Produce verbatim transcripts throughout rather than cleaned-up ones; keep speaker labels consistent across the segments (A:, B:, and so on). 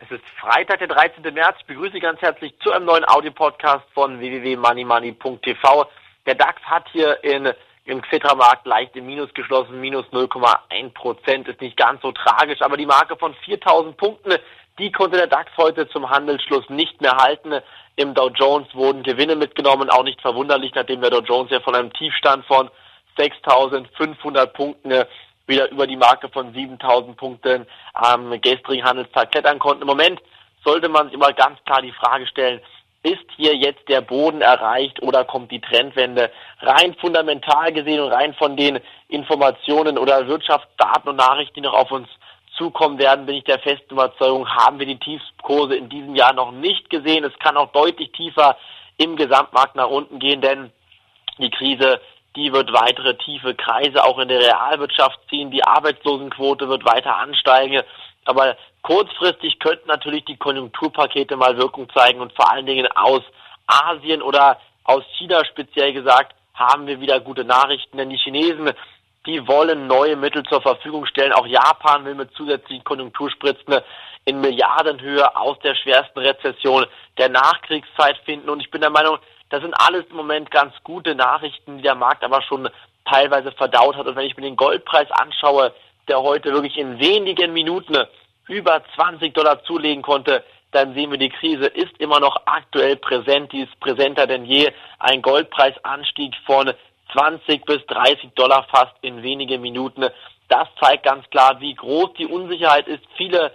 A: Es ist Freitag, der dreizehnten März. Ich begrüße Sie ganz herzlich zu einem neuen Audio-Podcast von w w w punkt money money punkt t v. Der DAX hat hier in, im Xetra-Markt leicht im Minus geschlossen. Minus null Komma eins Prozent ist nicht ganz so tragisch, aber die Marke von viertausend Punkten, die konnte der DAX heute zum Handelsschluss nicht mehr halten. Im Dow Jones wurden Gewinne mitgenommen, auch nicht verwunderlich, nachdem der Dow Jones ja von einem Tiefstand von sechstausendfünfhundert Punkten wieder über die Marke von siebentausend Punkten am gestrigen Handelstag klettern konnten. Im Moment sollte man sich immer ganz klar die Frage stellen, ist hier jetzt der Boden erreicht oder kommt die Trendwende? Rein fundamental gesehen und rein von den Informationen oder Wirtschaftsdaten und Nachrichten, die noch auf uns zukommen werden, bin ich der festen Überzeugung, haben wir die Tiefskurse in diesem Jahr noch nicht gesehen. Es kann auch deutlich tiefer im Gesamtmarkt nach unten gehen, denn die Krise, die wird weitere tiefe Kreise auch in der Realwirtschaft ziehen. Die Arbeitslosenquote wird weiter ansteigen. Aber kurzfristig könnten natürlich die Konjunkturpakete mal Wirkung zeigen und vor allen Dingen aus Asien oder aus China speziell gesagt haben wir wieder gute Nachrichten, denn die Chinesen, die wollen neue Mittel zur Verfügung stellen. Auch Japan will mit zusätzlichen Konjunkturspritzen in Milliardenhöhe aus der schwersten Rezession der Nachkriegszeit finden. Und ich bin der Meinung, das sind alles im Moment ganz gute Nachrichten, die der Markt aber schon teilweise verdaut hat. Und wenn ich mir den Goldpreis anschaue, der heute wirklich in wenigen Minuten über zwanzig Dollar zulegen konnte, dann sehen wir, die Krise ist immer noch aktuell präsent. Die ist präsenter denn je. Ein Goldpreisanstieg von zwanzig bis dreißig Dollar fast in wenigen Minuten. Das zeigt ganz klar, wie groß die Unsicherheit ist. Viele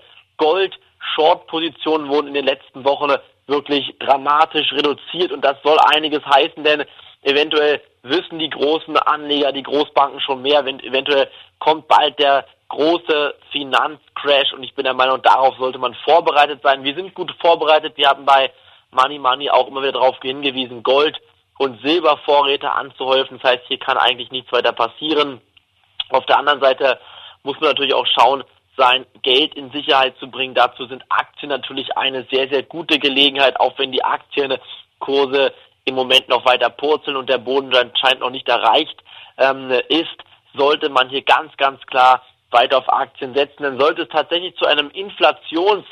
A: Gold-Short-Positionen wurden in den letzten Wochen wirklich dramatisch reduziert und das soll einiges heißen, denn eventuell wissen die großen Anleger, die Großbanken schon mehr, eventuell kommt bald der große Finanzcrash und ich bin der Meinung, darauf sollte man vorbereitet sein. Wir sind gut vorbereitet, wir haben bei Money Money auch immer wieder darauf hingewiesen, Gold- und Silbervorräte anzuhäufen, das heißt, hier kann eigentlich nichts weiter passieren. Auf der anderen Seite muss man natürlich auch schauen, sein Geld in Sicherheit zu bringen. Dazu sind Aktien natürlich eine sehr, sehr gute Gelegenheit, auch wenn die Aktienkurse im Moment noch weiter purzeln und der Boden anscheinend noch nicht erreicht ähm, ist, sollte man hier ganz, ganz klar weiter auf Aktien setzen. Dann sollte es tatsächlich zu einem Inflationsausbruch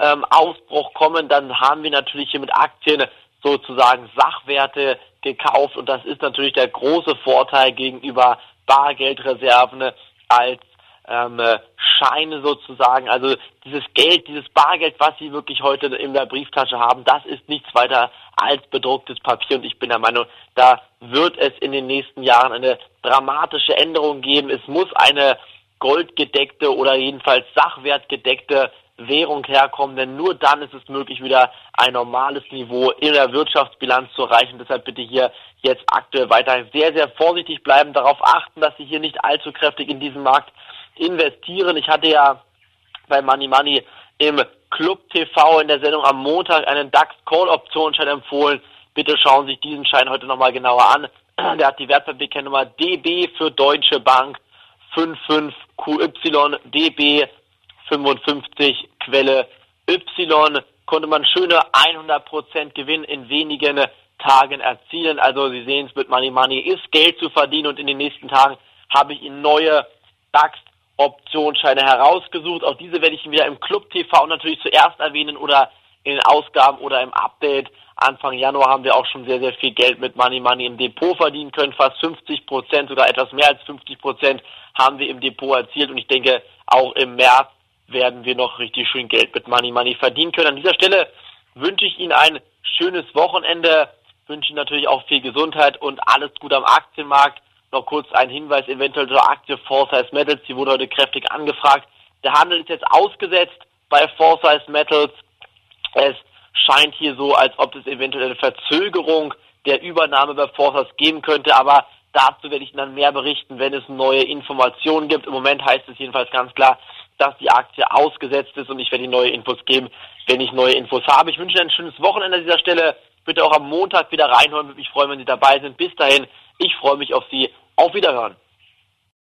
A: ähm, kommen, dann haben wir natürlich hier mit Aktien sozusagen Sachwerte gekauft und das ist natürlich der große Vorteil gegenüber Bargeldreserven als ähm, Scheine sozusagen. Also dieses Geld, dieses Bargeld, was Sie wirklich heute in der Brieftasche haben, das ist nichts weiter als bedrucktes Papier und ich bin der Meinung, da wird es in den nächsten Jahren eine dramatische Änderung geben. Es muss eine goldgedeckte oder jedenfalls sachwertgedeckte Währung herkommen, denn nur dann ist es möglich, wieder ein normales Niveau in der Wirtschaftsbilanz zu erreichen. Deshalb bitte hier jetzt aktuell weiter sehr, sehr vorsichtig bleiben, darauf achten, dass Sie hier nicht allzu kräftig in diesen Markt investieren. Ich hatte ja bei Money Money im Club T V in der Sendung am Montag einen DAX-Call-Optionsschein empfohlen. Bitte schauen Sie sich diesen Schein heute nochmal genauer an. Der hat die Wertpapierkennnummer D B für Deutsche Bank fünf fünf Q Y D B fünfundfünfzig Quelle Y. Konnte man schöne hundert Prozent Gewinn in wenigen Tagen erzielen. Also Sie sehen es, mit Money Money ist Geld zu verdienen und in den nächsten Tagen habe ich Ihnen neue DAX-Optionsscheine herausgesucht. Auch diese werde ich Ihnen wieder im Club T V natürlich zuerst erwähnen oder in den Ausgaben oder im Update. Anfang Januar haben wir auch schon sehr, sehr viel Geld mit Money Money im Depot verdienen können. Fast fünfzig Prozent, sogar etwas mehr als fünfzig Prozent haben wir im Depot erzielt. Und ich denke, auch im März werden wir noch richtig schön Geld mit Money Money verdienen können. An dieser Stelle wünsche ich Ihnen ein schönes Wochenende, wünsche Ihnen natürlich auch viel Gesundheit und alles Gute am Aktienmarkt. Noch kurz ein Hinweis eventuell zur Aktie Foresize Metals, die wurde heute kräftig angefragt. Der Handel ist jetzt ausgesetzt bei Foresize Metals. Es scheint hier so, als ob es eventuell eine Verzögerung der Übernahme bei Foresize geben könnte, aber dazu werde ich Ihnen dann mehr berichten, wenn es neue Informationen gibt. Im Moment heißt es jedenfalls ganz klar, dass die Aktie ausgesetzt ist und ich werde Ihnen neue Infos geben, wenn ich neue Infos habe. Ich wünsche Ihnen ein schönes Wochenende an dieser Stelle. Bitte auch am Montag wieder reinhören, würde mich freuen, wenn Sie dabei sind. Bis dahin, ich freue mich auf Sie. Auf Wiederhören.